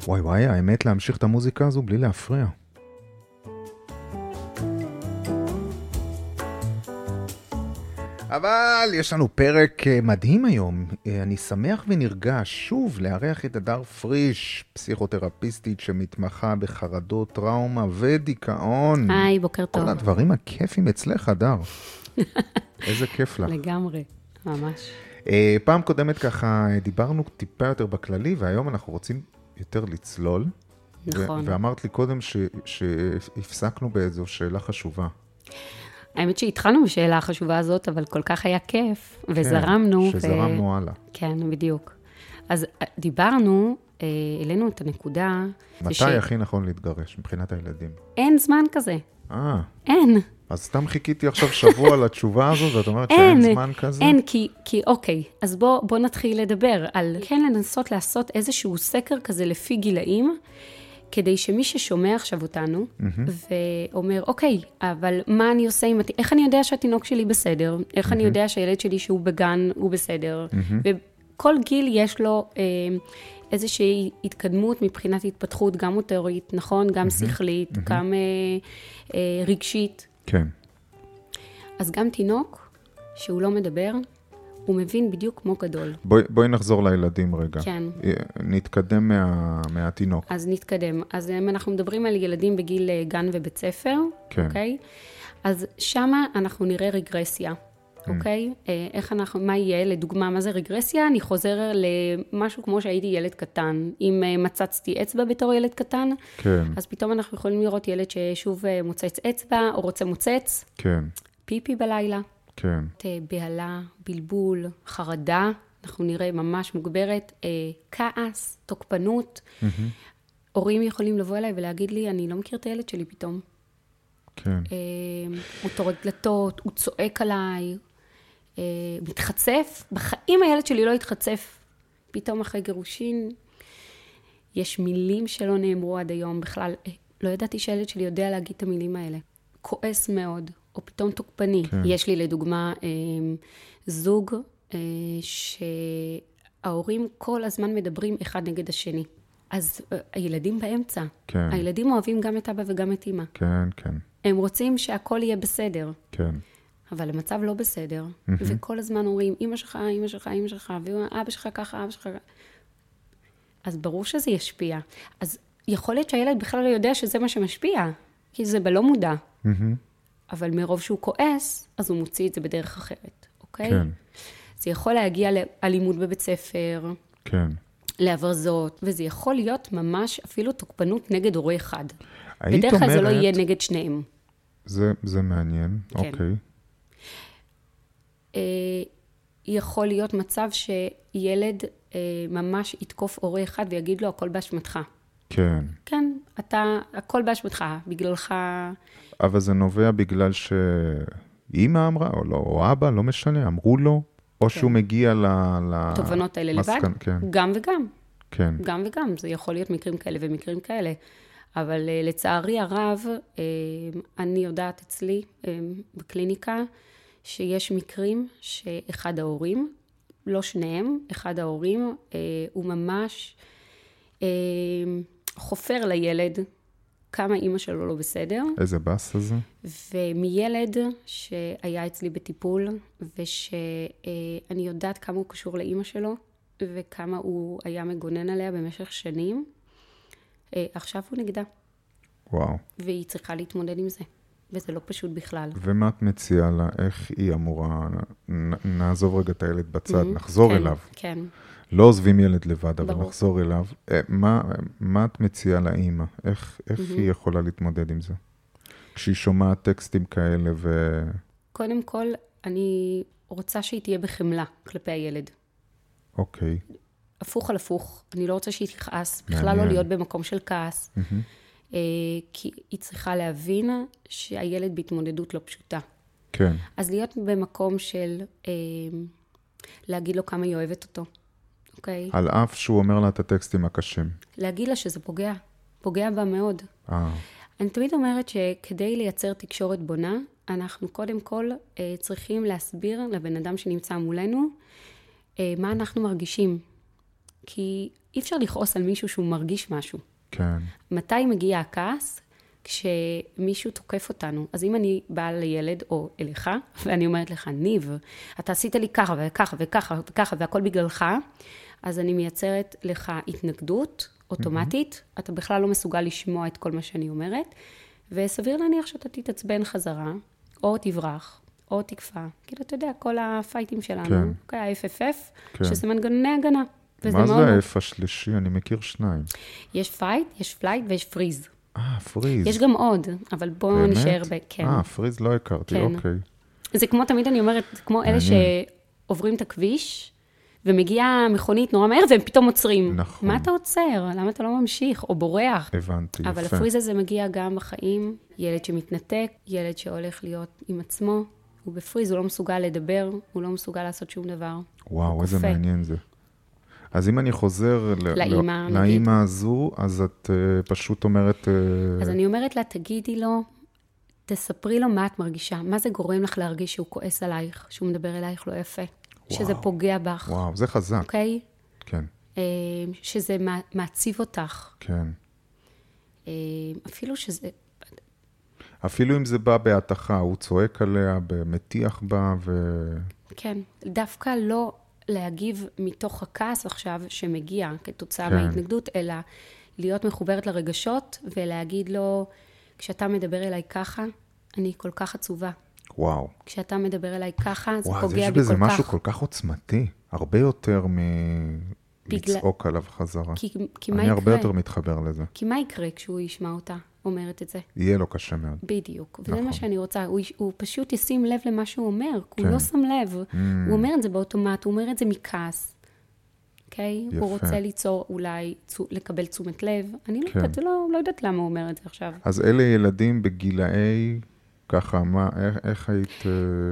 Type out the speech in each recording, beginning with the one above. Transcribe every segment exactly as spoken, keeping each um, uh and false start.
וואי וואי, האמת להמשיך את המוזיקה הזו בלי להפריע. אבל יש לנו פרק מדהים היום. אני שמח ונרגש שוב לארח את הדר פריש, פסיכותרפיסטית שמתמחה בחרדות, טראומה ודיכאון. היי, בוקר טוב. כל הדברים הכיפים אצלך, הדר. איזה כיף לך. לגמרי, ממש. פעם קודמת ככה דיברנו טיפה יותר בכללי, והיום אנחנו רוצים יותר לצלול. נכון. ואמרת לי קודם שהפסקנו באיזו שאלה חשובה. האמת שהתחלנו בשאלה החשובה הזאת, אבל כל כך היה כיף, וזרמנו. כן, שזרמנו הלאה. כן, בדיוק. אז דיברנו, אלינו את הנקודה. מתי הכי נכון להתגרש מבחינת הילדים? אין זמן כזה. אה. אין. אז סתם חיכיתי עכשיו שבוע לתשובה הזאת, ואת אומרת שאין זמן כזה? אין, כי, כי אוקיי, אז בוא, בוא נתחיל לדבר על כן לנסות לעשות איזשהו סקר כזה לפי גילאים, כדי שמי ששומע עכשיו אותנו, ואומר, אוקיי, אבל מה אני עושה עם... איך אני יודע שהתינוק שלי בסדר? איך אני יודע שהילד שלי שהוא בגן הוא בסדר? וכל גיל יש לו איזושהי התקדמות מבחינת התפתחות, גם מוטורית, נכון? גם שכלית, גם רגשית. כן. אז גם תינוק שהוא לא מדבר, הוא מבין בדיוק כמו גדול. בואי, בואי נחזור לילדים רגע. כן. נתקדם מה, מהתינוק. אז נתקדם. אז אם אנחנו מדברים על ילדים בגיל גן ובית ספר, כן. אוקיי? אז שמה אנחנו נראה רגרסיה, אוקיי? איך אנחנו, מה יהיה? לדוגמה, מה זה רגרסיה? אני חוזר למשהו כמו שהייתי ילד קטן. אם מצצתי אצבע בתור ילד קטן, כן. אז פתאום אנחנו יכולים לראות ילד ששוב מוצץ אצבע, או רוצה מוצץ. כן. פיפי בלילה. כן. בהלה, בלבול, חרדה, אנחנו נראה ממש מוגברת, אה, כעס, תוקפנות. Mm-hmm. הורים יכולים לבוא אליי ולהגיד לי, אני לא מכיר את הילד שלי פתאום. כן. אה, הוא טורק דלתות, הוא צועק עליי, אה, מתחצף. בחיים הילד שלי לא התחצף. פתאום אחרי גירושין, יש מילים שלא נאמרו עד היום בכלל. אה, לא ידעתי שהילד שלי יודע להגיד את המילים האלה. כועס מאוד. או פתאום תוקפני. כן. יש לי לדוגמה זוג שההורים כל הזמן מדברים אחד נגד השני. אז הילדים באמצע. כן. הילדים אוהבים גם את אבא וגם את אמא. כן, כן. הם רוצים שהכל יהיה בסדר. כן. אבל המצב לא בסדר. Mm-hmm. וכל הזמן אומרים, אמא שלך, אמא שלך, אמא שלך, ואבא שלך ככה, אבא שלך. אז ברור שזה ישפיע. אז יכול להיות שהילד בכלל לא יודע שזה מה שמשפיע. כי זה בלא מודע. Mm-hmm. אבל מרוב שהוא כועס, אז הוא מוציא את זה בדרך אחרת, אוקיי? כן. זה יכול להגיע לאלימות בבית ספר, כן. להברזות, וזה יכול להיות ממש אפילו תוקפנות נגד הורה אחד. אומרת... בדרך כלל זה לא יהיה נגד שניהם. זה, זה מעניין, כן. אוקיי. אה, יכול להיות מצב שילד אה, ממש יתקוף הורה אחד ויגיד לו, הכל באשמתך. כן. כן, אתה, הכל באשמתך, בגללך... אבל זה נובע בגלל שאמא אמרה, או, לא, או אבא, לא משנה, אמרו לו, או כן. שהוא מגיע ל... תובנות האלה לבד? כן. גם וגם. כן. גם וגם, זה יכול להיות מקרים כאלה ומקרים כאלה. אבל לצערי הרב, אני יודעת אצלי בקליניקה, שיש מקרים שאחד ההורים, לא שניהם, אחד ההורים, הוא ממש חופר לילד, כמה אימא שלו לא בסדר. איזה בס הזה? ומילד שהיה אצלי בטיפול, ושאני יודעת כמה הוא קשור לאימא שלו, וכמה הוא היה מגונן עליה במשך שנים, עכשיו הוא נגדה. וואו. והיא צריכה להתמודד עם זה, וזה לא פשוט בכלל. ומה את מציעה לה? איך היא אמורה? נעזוב רגע את הילד בצד, נחזור אליו. כן. לא עוזבים ילד לבד, אבל נחזור אליו. מה, מה את מציעה לאמא? איך, איך mm-hmm. היא יכולה להתמודד עם זה? כשהיא שומעת טקסטים כאלה ו... קודם כל, אני רוצה שהיא תהיה בחמלה כלפי הילד. אוקיי. הפוך על הפוך. אני לא רוצה שהיא תכעס, בכלל לא להיות במקום של כעס. Mm-hmm. כי היא צריכה להבין שהילד בהתמודדות לא פשוטה. כן. אז להיות במקום של להגיד לו כמה היא אוהבת אותו. אוקיי? על אף שהוא אומר לה את הטקסטים הקשים. להגיד לה שזה פוגע. פוגע בה מאוד. אה. אני תמיד אומרת שכדי לייצר תקשורת בונה, אנחנו קודם כל אה, צריכים להסביר לבן אדם שנמצא מולנו, אה, מה אנחנו מרגישים. כי אי אפשר לכעוס על מישהו שהוא מרגיש משהו. כן. מתי מגיע הכעס? כשמישהו תוקף אותנו. אז אם אני באה לילד או אליך, ואני אומרת לך, ניב, אתה עשית לי ככה וככה וככה וככה, והכל בגללך, אז אני מייצרת לך התנגדות אוטומטית, mm-hmm. אתה בכלל לא מסוגל לשמוע את כל מה שאני אומרת, וסביר להניח שאתה תתעצבן חזרה, או תברח, או תקפה. כאילו, אתה יודע, כל הפייטים שלנו, כן. אוקיי, ה-אף אף אף, כן. שזה מנגנוני הגנה. מה זה ה-F השלישי? אני מכיר שניים. יש פייט, יש פלייט ויש פריז. אה, פריז. יש גם עוד, אבל בואו נשאר ב... כן. אה, פריז לא הכרתי, כן. אוקיי. זה כמו, תמיד אני אומרת, זה כמו אלה שעוברים את הכביש, ומגיעה מכונית נורא מהר, והם פתאום עוצרים. נכון. מה אתה עוצר? למה אתה לא ממשיך? או בורח? הבנתי, יפה. אבל הפריז הזה מגיע גם בחיים, ילד שמתנתק, ילד שהולך להיות עם עצמו, הוא בפריז, הוא לא מסוגל לדבר, הוא לא מסוגל לעשות שום דבר. וואו, איזה מעניין זה. אז אם אני חוזר לאמא, לאמא הזו, אז את uh, פשוט אומרת... Uh... אז אני אומרת לה, תגידי לו, תספרי לו מה את מרגישה, מה זה גורם לך להרגיש שהוא כועס עלייך, שהוא מדבר אלייך לא יפה, וואו, שזה פוגע בך. וואו, זה חזק. אוקיי? כן. Uh, שזה מעציב אותך. כן. Uh, אפילו שזה... אפילו אם זה בא בהתחה, הוא צועק עליה, מטיח בה ו... כן, דווקא לא... להגיב מתוך הכעס עכשיו שמגיע כתוצאה כן. מההתנגדות, אלא להיות מחוברת לרגשות ולהגיד לו, כשאתה מדבר אליי ככה, אני כל כך עצובה. וואו. כשאתה מדבר אליי ככה, זה וואו, פוגע בי כל כך. יש בזה משהו כל כך עוצמתי, הרבה יותר מלצעוק בגלל... עליו חזרה. כי, כי אני הרבה יותר מתחבר לזה. כי מה יקרה כשהוא ישמע אותה אומרת את זה? יהיה לו קשה מאוד. בדיוק, וזה נכון. מה שאני רוצה. הוא, הוא פשוט ישים לב למה שהוא אומר, כי כן. הוא לא שם לב. Mm. הוא אומר את זה באוטומט, הוא אומר את זה מכעס. אוקיי? Okay? הוא רוצה ליצור אולי, צו, לקבל תשומת לב. אני לא, כן. יודעת, לא, לא יודעת למה הוא אומר את זה עכשיו. אז אלה ילדים בגילאי, ככה, מה, איך, איך היית...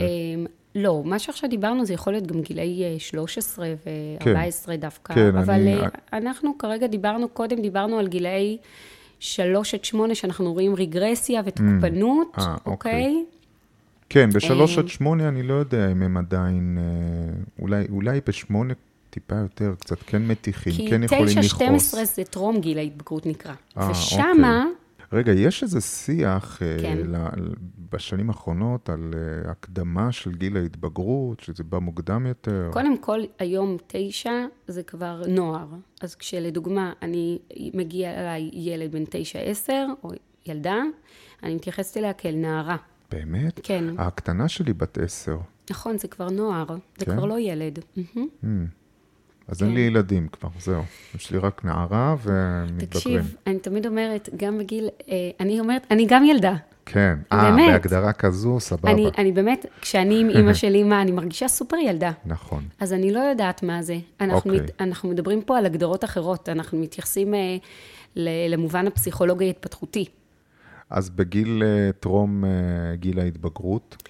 לא, מה שעכשיו דיברנו זה יכול להיות גם גילאי שלוש עשרה ו-ארבע עשרה כן. דווקא. כן, אבל אני... אנחנו כרגע דיברנו, קודם דיברנו על גילאי שלוש עד שמונה, שאנחנו רואים רגרסיה ותוקפנות, mm. 아, אוקיי? אוקיי? כן, בשלוש עד שמונה אני לא יודע אם הם עדיין, אולי, אולי בשמונה טיפה יותר, קצת כן מתיחים, כן יכולים לכעוס. כי תשע שתים עשרה זה טרום גיל ההתבגרות נקרא. 아, ושמה... אוקיי. רגע, יש איזה שיח כן. ל- בשנים האחרונות על הקדמה של גיל ההתבגרות, שזה בא מוקדם יותר? קודם כל, היום תשע זה כבר נוער. אז כשלדוגמה אני מגיע אליי ילד בן תשע עשר, או ילדה, אני מתייחסת אליה כאל נערה. באמת? כן. הקטנה שלי בת עשר. נכון, זה כבר נוער, זה כן? כבר לא ילד. Mm. אז כן. אין לי ילדים כבר, זהו. יש לי רק נערה ומתבגרים. תקשיב, אני תמיד אומרת, גם בגיל, אני אומרת, אני גם ילדה. כן, אה, בהגדרה כזו, סבבה. אני, אני באמת, כשאני עם אמא שלי, מה, אני מרגישה סופר ילדה. נכון. אז אני לא יודעת מה זה. אנחנו, אוקיי. מת, אנחנו מדברים פה על הגדרות אחרות, אנחנו מתייחסים אה, למובן הפסיכולוגי התפתחותי. אז בגיל אה, טרום אה, גיל ההתבגרות?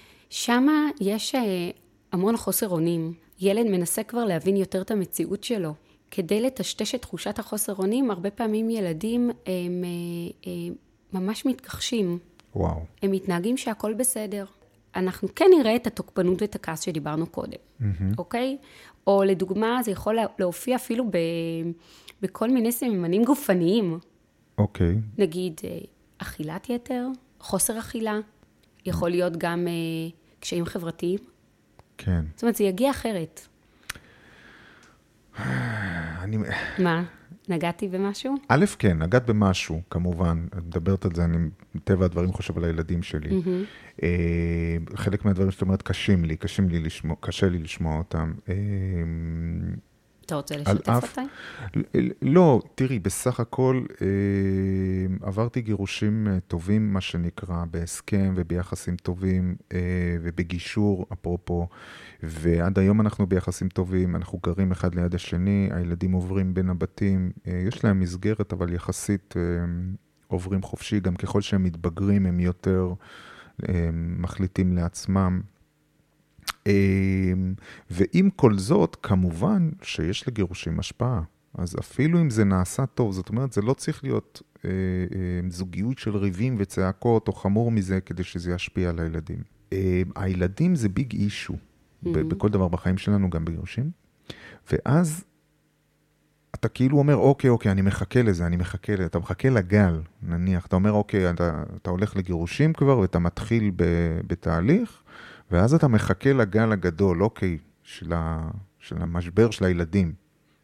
שמה יש אה, המון חוסר אונים. ילד מנסה כבר להבין יותר את המציאות שלו. כדי לטשטש את תחושת החוסר אונים, הרבה פעמים ילדים הם, הם ממש מתכחשים. וואו. הם מתנהגים שהכל בסדר. אנחנו כן נראה את התוקפנות ואת הכעס שדיברנו קודם, mm-hmm. אוקיי? או לדוגמה, זה יכול להופיע אפילו ב, בכל מיני סממנים גופניים. אוקיי. נגיד, אכילת יתר, חוסר אכילה, יכול להיות גם קשיים חברתיים. כן. זאת אומרת, זה יגיע אחרת. אני... מה? נגעתי במשהו? א', כן, נגעת במשהו, כמובן. את מדברת על זה, אני מטבע הדברים חושב על הילדים שלי. Mm-hmm. אה, חלק מהדברים שאת אומרת, קשים לי, קשים לי לשמוע, קשה לי לשמוע אותם. אה, אתה רוצה לשתף אף... אותי? לא, תראי, בסך הכל אה, עברתי גירושים טובים, מה שנקרא, בהסכם וביחסים טובים אה, ובגישור, אפרופו, ועד היום אנחנו ביחסים טובים, אנחנו גרים אחד ליד השני, הילדים עוברים בין הבתים, אה, יש להם מסגרת, אבל יחסית אה, עוברים חופשי, גם ככל שהם מתבגרים, הם יותר אה, מחליטים לעצמם. ועם כל זאת, כמובן שיש לגירושים השפעה. אז אפילו אם זה נעשה טוב, זאת אומרת, זה לא צריך להיות אה, אה, זוגיות של ריבים וצעקות, או חמור מזה, כדי שזה ישפיע על הילדים. אה, הילדים זה ביג אישו, mm-hmm. ב- בכל דבר בחיים שלנו, גם בגירושים. ואז אתה כאילו אומר, אוקיי, אוקיי, אני מחכה לזה, אני מחכה לזה, אתה מחכה לגל, נניח, אתה אומר, אוקיי, אתה, אתה הולך לגירושים כבר, ואתה מתחיל ב, בתהליך, ואז אתה מחכה לגל הגדול, אוקיי, של, ה, של המשבר של הילדים.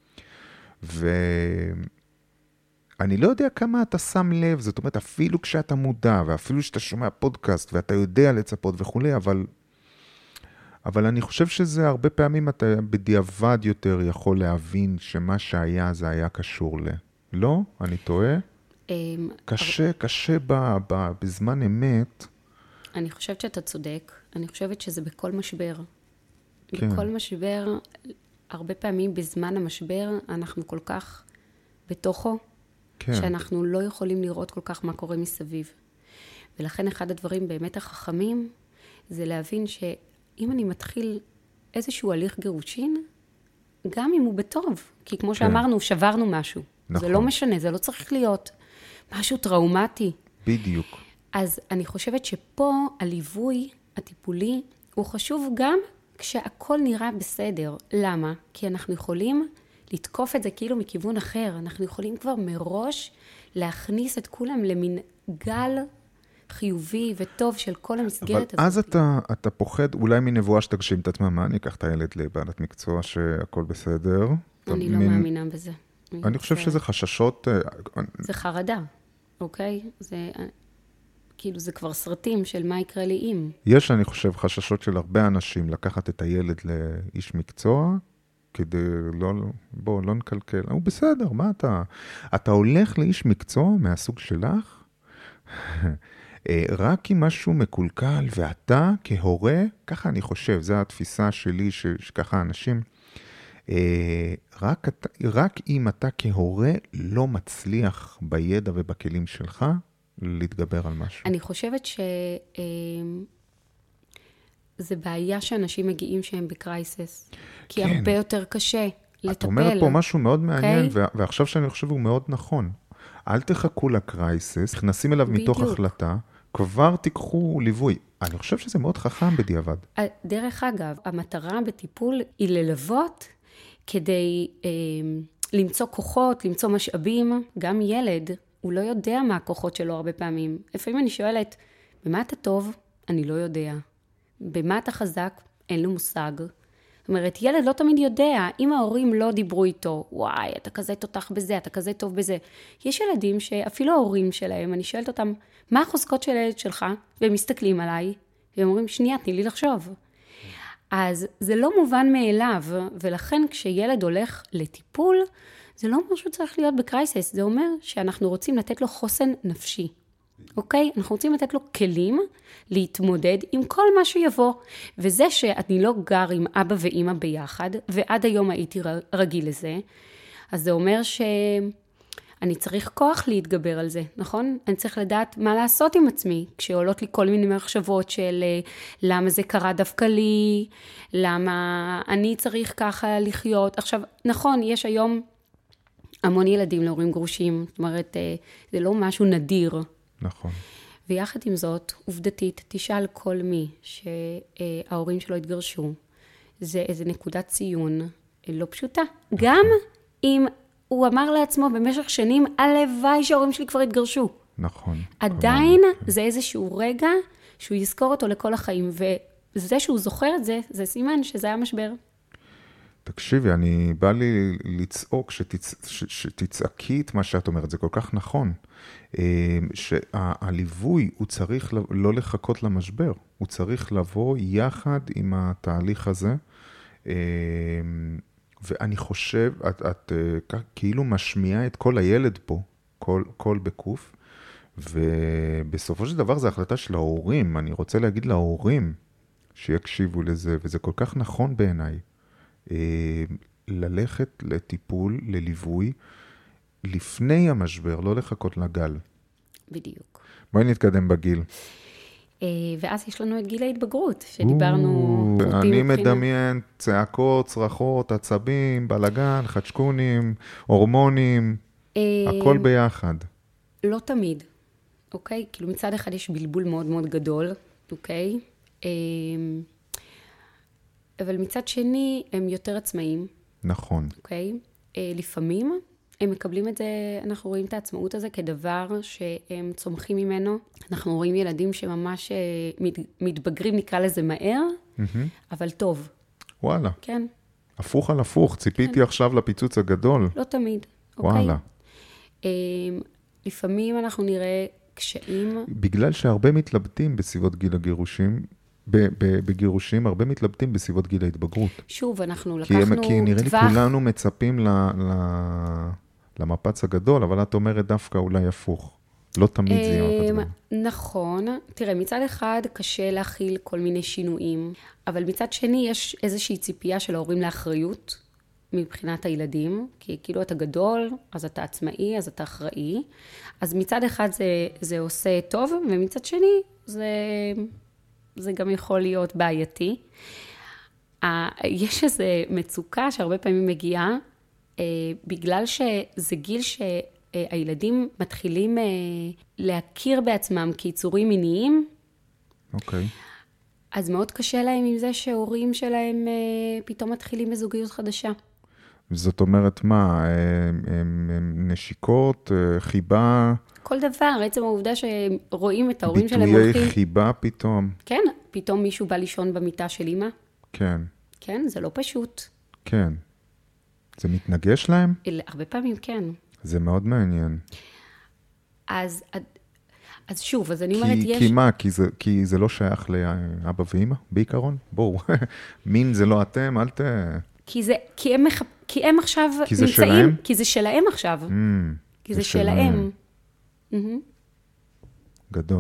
ואני לא יודע כמה אתה שם לב, זאת אומרת, אפילו כשאתה מודע, ואפילו כשאתה שומע פודקאסט, ואתה יודע לצפות וכו', אבל... אבל אני חושב שזה הרבה פעמים אתה בדיעבד יותר יכול להבין שמה שהיה זה היה קשור ל... לא? אני טועה? קשה, קשה ב, ב, בזמן אמת. אני חושבת שאתה צודק. אני חושבת שזה בכל משבר. כן. בכל משבר, הרבה פעמים בזמן המשבר, אנחנו כל כך בתוכו, כן. שאנחנו לא יכולים לראות כל כך מה קורה מסביב. ולכן אחד הדברים באמת החכמים, זה להבין ש... אם אני מתחיל איזשהו הליך גירושין, גם אם הוא בטוב, כי כמו כן. שאמרנו, שברנו משהו. נכון. זה לא משנה, זה לא צריך להיות משהו טראומטי. בדיוק. אז אני חושבת שפה הליווי הטיפולי הוא חשוב גם כשהכל נראה בסדר. למה? כי אנחנו יכולים לתקוף את זה כאילו מכיוון אחר. אנחנו יכולים כבר מראש להכניס את כולם למין גל חיובי וטוב של כל המסגרת הזאת. אבל אז אתה, אתה פוחד אולי מנבואה שתגשים את עצמה, מה? אני אקח את הילד לבעלת מקצוע שהכל בסדר. אני לא מאמינה בזה. אני חושב שזה חששות... זה חרדה, אוקיי? זה... כאילו זה כבר סרטים של מה יקרה לי אם. יש, אני חושב, חששות של הרבה אנשים לקחת את הילד לאיש מקצוע, כדי לא... בוא, לא נקלקל. הוא בסדר, מה אתה? אתה הולך לאיש מקצוע מהסוג שלך? רק אם משהו מקולקל, ואתה כהורה, ככה אני חושב, זו התפיסה שלי, ש, שככה אנשים, רק, רק אם אתה כהורה לא מצליח בידע ובכלים שלך, להתגבר על משהו. אני חושבת ש... זה בעיה שאנשים מגיעים שהם בקרייסס, כי כן. הרבה יותר קשה לטפל. את אומרת פה משהו מאוד מעניין, okay? ועכשיו שאני חושב הוא מאוד נכון. אל תחכו לקרייסס, נכנסים אליו בדיוק. מתוך החלטה, כבר תיקחו ליווי. אני חושב שזה מאוד חכם בדיעבד. דרך אגב, המטרה בטיפול היא ללוות כדי אה, למצוא כוחות, למצוא משאבים. גם ילד, הוא לא יודע מה הכוחות שלו הרבה פעמים. לפעמים אני שואלת, במה אתה טוב? אני לא יודע. במה אתה חזק? אין לו מושג. זאת אומרת, ילד לא תמיד יודע, אם ההורים לא דיברו איתו, וואי, אתה כזה תותח בזה, אתה כזה טוב בזה. יש ילדים שאפילו ההורים שלהם, אני שואלת אותם, מה החוזקות של הילד שלך? והם מסתכלים עליי, והם אומרים, שנייה, תני לי לחשוב. אז זה לא מובן מאליו, ולכן כשילד הולך לטיפול, זה לא אומר שהוא צריך להיות בקרייסס, זה אומר שאנחנו רוצים לתת לו חוסן נפשי. אוקיי? אנחנו רוצים לתת לו כלים להתמודד עם כל מה שיבוא. וזה שאני לא גר עם אבא ואמא ביחד, ועד היום הייתי רגיל לזה, אז זה אומר שאני צריך כוח להתגבר על זה, נכון? אני צריך לדעת מה לעשות עם עצמי, כשעולות לי כל מיני מחשבות של למה זה קרה דווקא לי, למה אני צריך ככה לחיות. עכשיו, נכון, יש היום המון ילדים להורים גרושים, זאת אומרת, זה לא משהו נדיר, נכון. ויחד עם זאת, עובדתית, תשאל כל מי שההורים שלו התגרשו, זה איזו נקודת ציון לא פשוטה. נכון. גם אם הוא אמר לעצמו במשך שנים, הלוואי שההורים שלי כבר התגרשו. נכון. עדיין נכון. זה איזשהו רגע שהוא יזכור אותו לכל החיים, וזה שהוא זוכר את זה, זה סימן שזה היה משבר. תקשיבי, אני בא לי לצעוק שתצ... ש... שתצעקי את מה שאת אומרת, זה כל כך נכון. שהליווי הוא צריך לא לחכות למשבר, הוא צריך לבוא יחד עם התהליך הזה, ואני חושב, את, את כאילו משמיעה את כל הילד פה, כל, כל בקוף, ובסופו של דבר זה החלטה של ההורים, אני רוצה להגיד להורים שיקשיבו לזה, וזה כל כך נכון בעיניי. ללכת לטיפול, לליווי, לפני המשבר, לא לחכות לגל. בדיוק. בואי נתקדם בגיל. ואז יש לנו את גיל ההתבגרות, שדיברנו... אני מדמיין צעקות, צרחות, עצבים, בלגן, חדשקונים, הורמונים, הכל ביחד. לא תמיד, אוקיי? כאילו מצד אחד יש בלבול מאוד מאוד גדול, אוקיי? אבל מצד שני, הם יותר עצמאיים. נכון. אוקיי? לפעמים הם מקבלים את זה, אנחנו רואים את העצמאות הזה כדבר שהם צומחים ממנו. אנחנו רואים ילדים שממש מתבגרים, נקרא לזה מהר, אבל טוב. וואלה. כן. הפוך על הפוך, ציפיתי עכשיו לפיצוץ הגדול. לא תמיד. וואלה. לפעמים אנחנו נראה קשיים. בגלל שהרבה מתלבטים בסביבות גיל הגירושים, בגירושים, הרבה מתלבטים בסביבות גיל ההתבגרות. שוב, אנחנו לקחנו טווח. כי נראה לי כולנו מצפים למפץ הגדול, אבל את אומרת דווקא אולי הפוך. לא תמיד זה יהיה אותו דבר. נכון. תראה, מצד אחד קשה להכיל כל מיני שינויים, אבל מצד שני יש איזושהי ציפייה של ההורים לאחריות מבחינת הילדים, כי כאילו אתה גדול, אז אתה עצמאי, אז אתה אחראי. אז מצד אחד זה, זה עושה טוב, ומצד שני זה, זה גם יכול להיות בעייתי. יש איזו מצוקה שהרבה פעמים מגיעה, בגלל שזה גיל שהילדים מתחילים להכיר בעצמם כיצורים מיניים. אוקיי. אז מאוד קשה להם עם זה שההורים שלהם פתאום מתחילים בזוגיות חדשה. זאת אומרת מה, נשיקות, חיבה? כל דבר, עצם העובדה שרואים את ההורים שלהם הולכים. ביטויי חיבה פתאום. כן, פתאום מישהו בא לישון במיטה של אמא. כן. כן, זה לא פשוט. כן. זה מתנגש להם? הרבה פעמים כן. זה מאוד מעניין. אז, אז שוב, אז אני אומרת, כי, יש... כי מה? כי זה, כי זה לא שייך לאבא ואמא, בעיקרון? בואו, מין זה לא אתם, אל ת... כי זה, כי הם, מח... כי הם עכשיו כי זה נמצאים... שלהם? כי זה שלהם עכשיו. Mm, כי זה, זה שלהם. שלהם. גדול.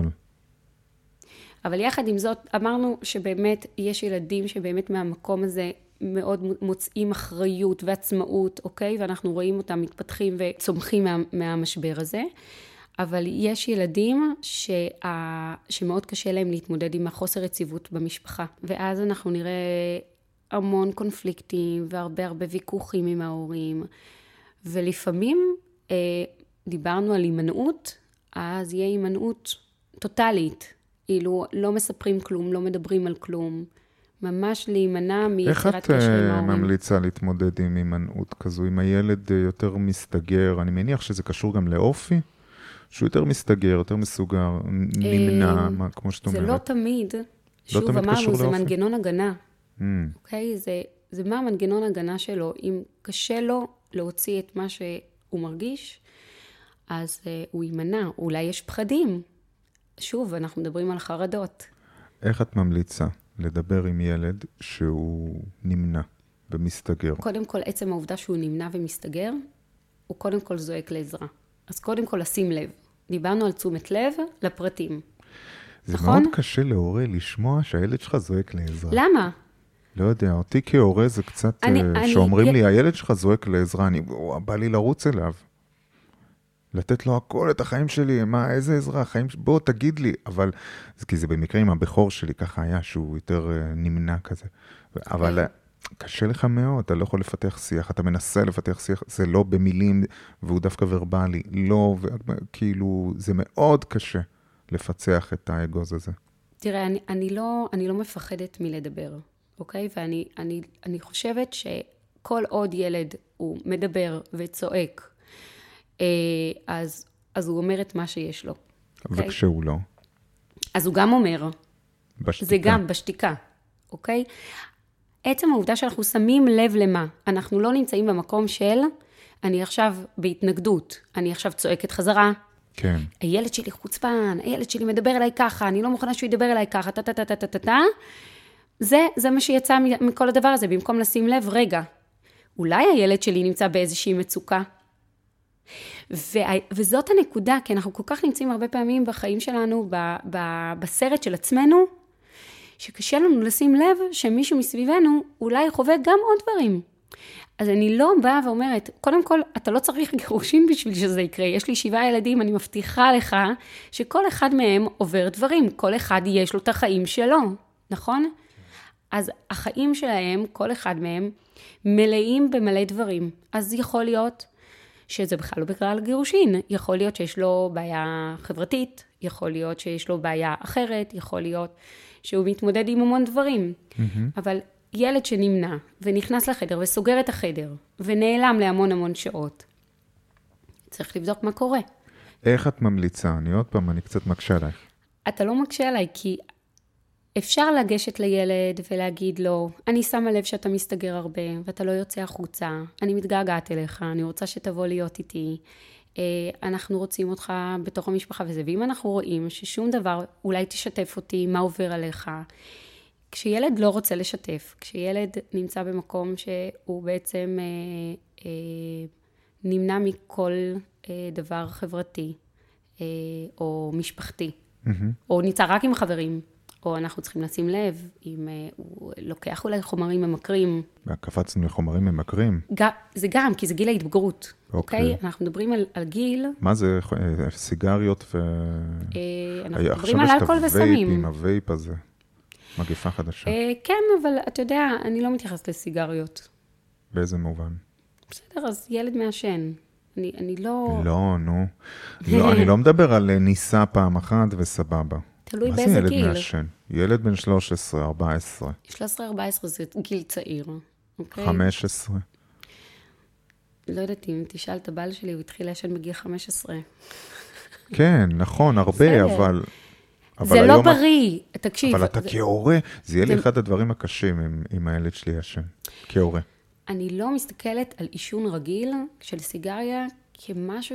אבל יחד עם זאת, אמרנו שבאמת יש ילדים שבאמת מהמקום הזה מאוד מוצאים אחריות ועצמאות, אוקיי? ואנחנו רואים אותם מתפתחים וצומחים מה, מהמשבר הזה. אבל יש ילדים שה... שמאוד קשה להם להתמודד עם החוסר יציבות במשפחה. ואז אנחנו נראה המון קונפליקטים והרבה הרבה ויכוחים עם ההורים. ולפעמים אה, דיברנו על הימנעות, אז יהיה הימנעות טוטלית. אילו לא מספרים כלום, לא מדברים על כלום. ממש להימנע מיצירת קשר עם ההורים. איך את ממליצה להתמודד עם הימנעות כזו? אם הילד יותר מסתגר, אני מניח שזה קשור גם לאופי? שהוא יותר מסתגר, יותר מסוגר, נמנע, כמו שאת אומרת. זה לא תמיד. שוב אמרנו, זה מנגנון הגנה. אוקיי? זה מה המנגנון הגנה שלו. אם קשה לו להוציא את מה שהוא מרגיש, אז הוא יימנע. אולי יש פחדים. שוב, אנחנו מדברים על חרדות. איך את ממליצה לדבר עם ילד שהוא נמנע ומסתגר? קודם כל, עצם העובדה שהוא נמנע ומסתגר, הוא קודם כל זועק לעזרה. אז קודם כל לשים לב. דיברנו על תשומת לב לפרטים. זה נכון? מאוד קשה להורה לשמוע שהילד שלך זועק לעזרה. למה? לא יודע, אותי כהורה זה קצת, אני, uh, אני, שאומרים י... לי, הילד שלך זועק לעזרה, אני, בא לי לרוץ אליו. לתת לו הכל, את החיים שלי, מה, איזה עזרה, החיים, בוא תגיד לי, אבל, כי זה במקרה עם הבכור שלי, ככה היה, שהוא יותר uh, נמנע כזה. אבל okay. קשה לך מאוד, אתה לא יכול לפתח שיח, אתה מנסה לפתח שיח, זה לא במילים, והוא דווקא ורבלי, לא, כאילו, זה מאוד קשה לפצח את האגוז הזה. תראה, אני, אני, לא, אני לא מפחדת מלדבר, אוקיי? ואני אני, אני חושבת שכל עוד ילד הוא מדבר וצועק, אז, אז הוא אומר את מה שיש לו. אוקיי? וכשהוא לא? אז הוא גם אומר. בשתיקה. זה גם בשתיקה, אוקיי? עצם העובדה שאנחנו שמים לב למה. אנחנו לא נמצאים במקום של, אני עכשיו בהתנגדות, אני עכשיו צועקת חזרה. כן. הילד שלי חוצפן, הילד שלי מדבר אליי ככה, אני לא מוכנה שהוא ידבר אליי ככה, טה, טה, טה, טה, טה, טה. זה, זה מה שיצא מכל הדבר הזה, במקום לשים לב, רגע, אולי הילד שלי נמצא באיזושהי מצוקה. ו- וזאת הנקודה, כי אנחנו כל כך נמצאים הרבה פעמים בחיים שלנו, ב- ב- בסרט של עצמנו, שקשה לנו לשים לב שמישהו מסביבנו אולי חווה גם עוד דברים. אז אני לא באה ואומרת, קודם כל, אתה לא צריך גירושין בשביל שזה יקרה. יש לי שבעה ילדים, אני מבטיחה לך שכל אחד מהם עובר דברים. כל אחד יש לו את החיים שלו, נכון? אז החיים שלהם, כל אחד מהם, מלאים במלא דברים. אז יכול להיות שזה בכלל לא בכלל גירושין. יכול להיות שיש לו בעיה חברתית, יכול להיות שיש לו בעיה אחרת, יכול להיות שהוא מתמודד עם המון דברים. Mm-hmm. אבל ילד שנמנע ונכנס לחדר וסוגר את החדר ונעלם להמון המון שעות, צריך לבדוק מה קורה. איך את ממליצה? אני עוד פעם, אני קצת מקשה עלייך. אתה לא מקשה עליי, כי אפשר לגשת לילד ולהגיד לו, אני שמה לב שאתה מסתגר הרבה ואתה לא יוצא החוצה, אני מתגעגעת אליך, אני רוצה שתבוא להיות איתי, אנחנו רוצים אותך בתוך המשפחה וזה, ואם אנחנו רואים ששום דבר, אולי תשתף אותי, מה עובר עליך. כשילד לא רוצה לשתף, כשילד נמצא במקום שהוא בעצם אה, אה, נמנע מכל אה, דבר חברתי, אה, או משפחתי, mm-hmm. או נמצא רק עם החברים, או אנחנו צריכים לשים לב, אם אה, הוא לוקח אולי חומרים ממכרים. קפצנו לחומרים ממכרים? ג, זה גם, כי זה גיל ההתבגרות. אוקיי. Okay. Okay? אנחנו מדברים על, על גיל... מה זה? סיגריות ו... אה, אנחנו מדברים על אלכוהול וסמים. עכשיו יש את הווייפ עם הווייפ הזה. מגפה חדשה. אה, כן, אבל אתה יודע, אני לא מתייחסת לסיגריות. באיזה מובן? בסדר, אז ילד מעשן. אני, אני לא... לא, נו. לא, אני לא מדבר על ניסה פעם אחת וסבבה. תלוי באיזה גיל. מה זה ילד מעשן? ילד בן שלוש עשרה, ארבע עשרה. שלוש עשרה ארבע עשרה זה גיל צעיר. אוקיי? חמש עשרה. לא יודעת אם תשאל את הבעל שלי, הוא התחיל לעשן בגיל חמש עשרה. כן, נכון, הרבה, אבל... זה לא בריא, תקשיב. אבל אתה כהורה, זה יהיה לי אחד הדברים הקשים עם הילד שלי ישן, כהורה. אני לא מסתכלת על עישון רגיל של סיגריה כמשהו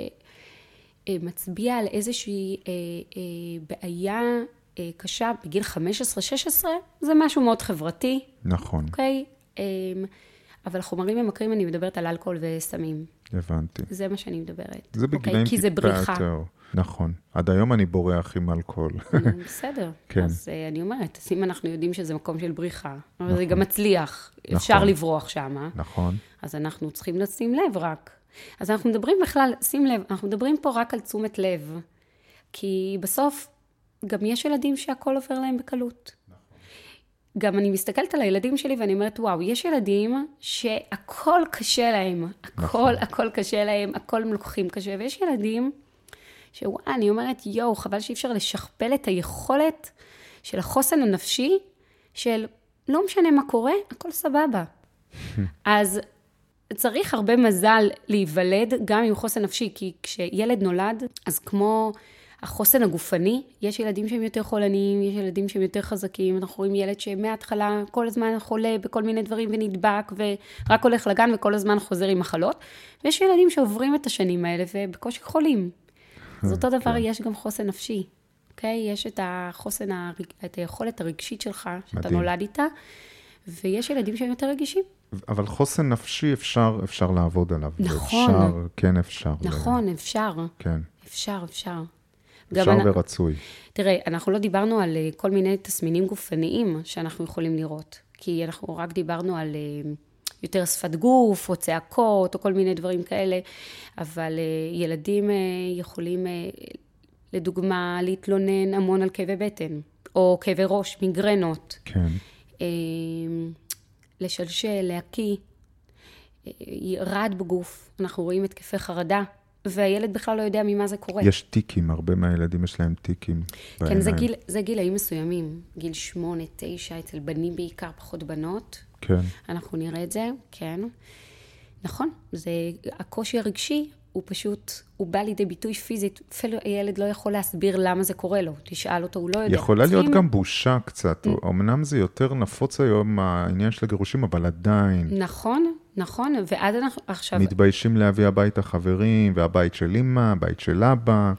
שמצביע על איזושהי בעיה קשה בגיל חמש עשרה שש עשרה, זה משהו מאוד חברתי. נכון. אוקיי? אבל חומרים ממכרים, אני מדברת על אלכוהול וסמים. הבנתי. זה מה שאני מדברת. זה בגילאים כי זה בריחה. נכון. עד היום אני בורח עם אלכוהול. בסדר. כן. אז אני אומרת, אז אם אנחנו יודעים שזה מקום של בריחה, אבל זה גם מצליח, אפשר לברוח שם. נכון. אז אנחנו צריכים לשים לב רק. אז אנחנו מדברים בכלל, שים לב, אנחנו מדברים פה רק על תשומת לב. כי בסוף, גם יש ילדים שהכל עובר להם בקלות. גם אני מסתכלת על הילדים שלי ואני אומרת, וואו, יש ילדים שהכל קשה להם, הכל, הכל קשה להם, הכל לוקחים קשה, ויש ילדים שוואו, אני אומרת, יואו, חבל שאי אפשר לשכפל את היכולת של החוסן הנפשי, של לא משנה מה קורה, הכל סבבה. אז צריך הרבה מזל להיוולד, גם עם חוסן נפשי, כי כשילד נולד, אז כמו החוסן הגופני, יש ילדים שהם יותר חולניים, יש ילדים שהם יותר חזקים, אנחנו רואים ילד שמההתחלה כל הזמן חולה בכל מיני דברים ונדבק, ורק הולך לגן וכל הזמן חוזר עם מחלות, ויש ילדים שעוברים את השנים האלה ובקושי חולים. אז אותו דבר יש גם חוסן נפשי, אוקיי? יש את החוסן, את היכולת הרגשית שלך, שאתה נולד איתה, ויש ילדים שהם יותר רגישים. אבל חוסן נפשי אפשר, אפשר לעבוד עליו. נכון. אפשר, כן אפשר. נכון, אפשר. כן. אפשר, אפשר. אפשר ורצוי. תראה, אנחנו לא דיברנו על כל מיני תסמינים גופניים שאנחנו יכולים לראות, כי אנחנו רק דיברנו על יותר שפת גוף, או צעקות, או כל מיני דברים כאלה, אבל ילדים יכולים, לדוגמה, להתלונן המון על כאבי בטן, או כאבי ראש, מיגרנות. כן. לשלשל, להקיא, רעד בגוף, אנחנו רואים התקפי חרדה, והילד בכלל לא יודע ממה זה קורה. יש טיקים, הרבה מהילדים יש להם טיקים. כן, זה, גיל, זה גילאים מסוימים, גיל שמונה, תשע, אצל בנים בעיקר, פחות בנות. כן. אנחנו נראה את זה, כן. נכון, זה, הקושי הרגשי הוא פשוט, הוא בא לידי ביטוי פיזית, אפילו הילד לא יכול להסביר למה זה קורה לו, תשאל אותו, הוא לא יודע. יכולה להיות גם בושה קצת, אמנם זה יותר נפוץ היום העניין של הגירושים, אבל עדיין. נכון, נכון, ועד אנחנו עכשיו... מתביישים להביא הביתה חברים, והבית של אמא, הבית של אבא.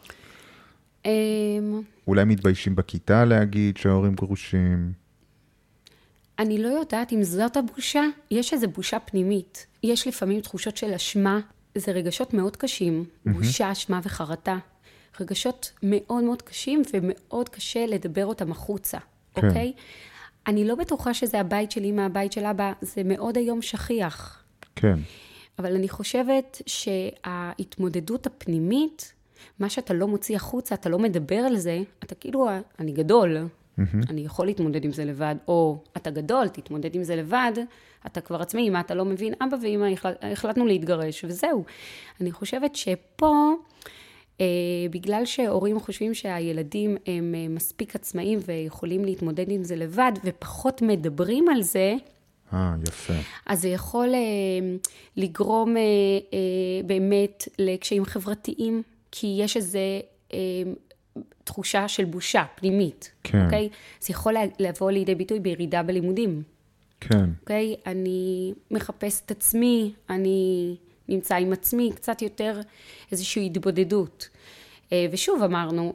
אולי מתביישים בכיתה להגיד שההורים גרושים. אני לא יודעת אם זאת הבושה, יש איזו בושה פנימית. יש לפעמים תחושות של אשמה, זה רגשות מאוד קשים, בושה, אשמה וחרטה. רגשות מאוד מאוד קשים ומאוד קשה לדבר אותם החוצה, כן. אוקיי? אני לא בטוחה שזה הבית שלי מהבית של אבא, זה מאוד היום שכיח. כן. אבל אני חושבת שההתמודדות הפנימית, מה שאתה לא מוציא החוצה, אתה לא מדבר על זה, אתה כאילו, אני גדול, mm-hmm. אני יכול להתמודד עם זה לבד, או אתה גדול, תתמודד עם זה לבד, אתה כבר עצמי, אמא, אתה לא מבין, אבא ואמא החלט, החלטנו להתגרש, וזהו. אני חושבת שפה בגלל שהורים חושבים שהילדים הם מספיק עצמאים ויכולים להתמודד עם זה לבד, ופחות מדברים על זה, אה, יפה. אז זה יכול לגרום באמת לקשיים חברתיים, כי יש איזו תחושה של בושה פנימית. כן. אוקיי? זה יכול לבוא לידי ביטוי בירידה בלימודים. כן. אוקיי? אני מחפש את עצמי, אני נמצא עם עצמי, קצת יותר איזושהי התבודדות. ושוב אמרנו,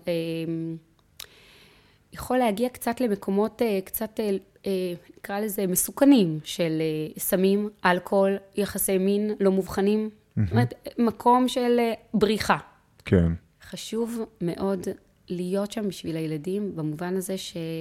יכול להגיע קצת למקומות קצת, נקרא לזה, מסוכנים של סמים, אלכוהול, יחסי מין לא מובחנים. זאת אומרת, מקום של בריחה. כן. חשוב מאוד להיות שם בשביל הילדים, במובן הזה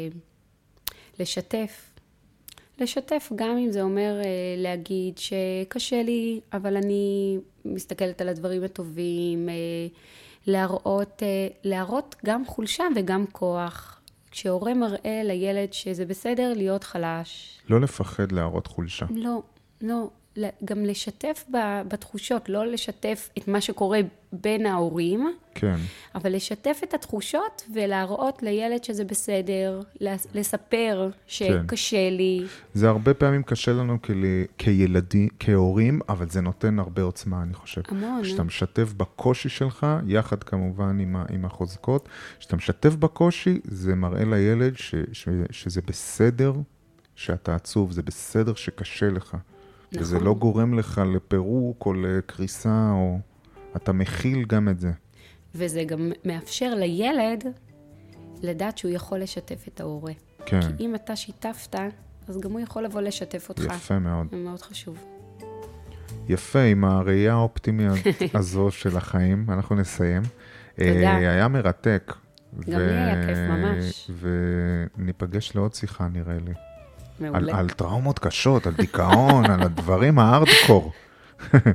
שלשתף. לשתף גם אם זה אומר להגיד שקשה לי, אבל אני מסתכלת על הדברים הטובים, להראות, להראות גם חולשה וגם כוח. כשהורה מראה לילד שזה בסדר להיות חלש. לא לפחד להראות חולשה. לא, לא. גם לשתף בתחושות, לא לשתף את מה שקורה בין ההורים, כן. אבל לשתף את התחושות ולהראות לילד שזה בסדר, לספר שקשה לי. זה הרבה פעמים קשה לנו כילדים, כהורים, אבל זה נותן הרבה עוצמה, אני חושב. המון. שאתה משתף בקושי שלך, יחד כמובן עם, עם החוזקות, שאתה משתף בקושי, זה מראה לילד ש, ש, שזה בסדר שאתה עצוב, זה בסדר שקשה לך. נכון. וזה לא גורם לך לפירוק או לקריסה, או אתה מכיל גם את זה. וזה גם מאפשר לילד לדעת שהוא יכול לשתף את ההורה. כן. כי אם אתה שיתפת, אז גם הוא יכול לבוא לשתף אותך. יפה מאוד. זה מאוד חשוב. יפה, עם הראייה האופטימית הזו של החיים, אנחנו נסיים. תודה. היה מרתק. גם לי היה כיף ממש. וניפגש לעוד שיחה, נראה לי. מעולה. על, על טראומות קשות, על דיכאון, על הדברים הארדקור.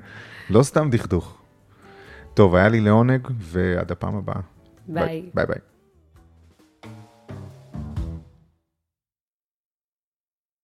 לא סתם דכדוך. טוב, היה לי לעונג, ועד הפעם הבאה. ביי. ביי ביי.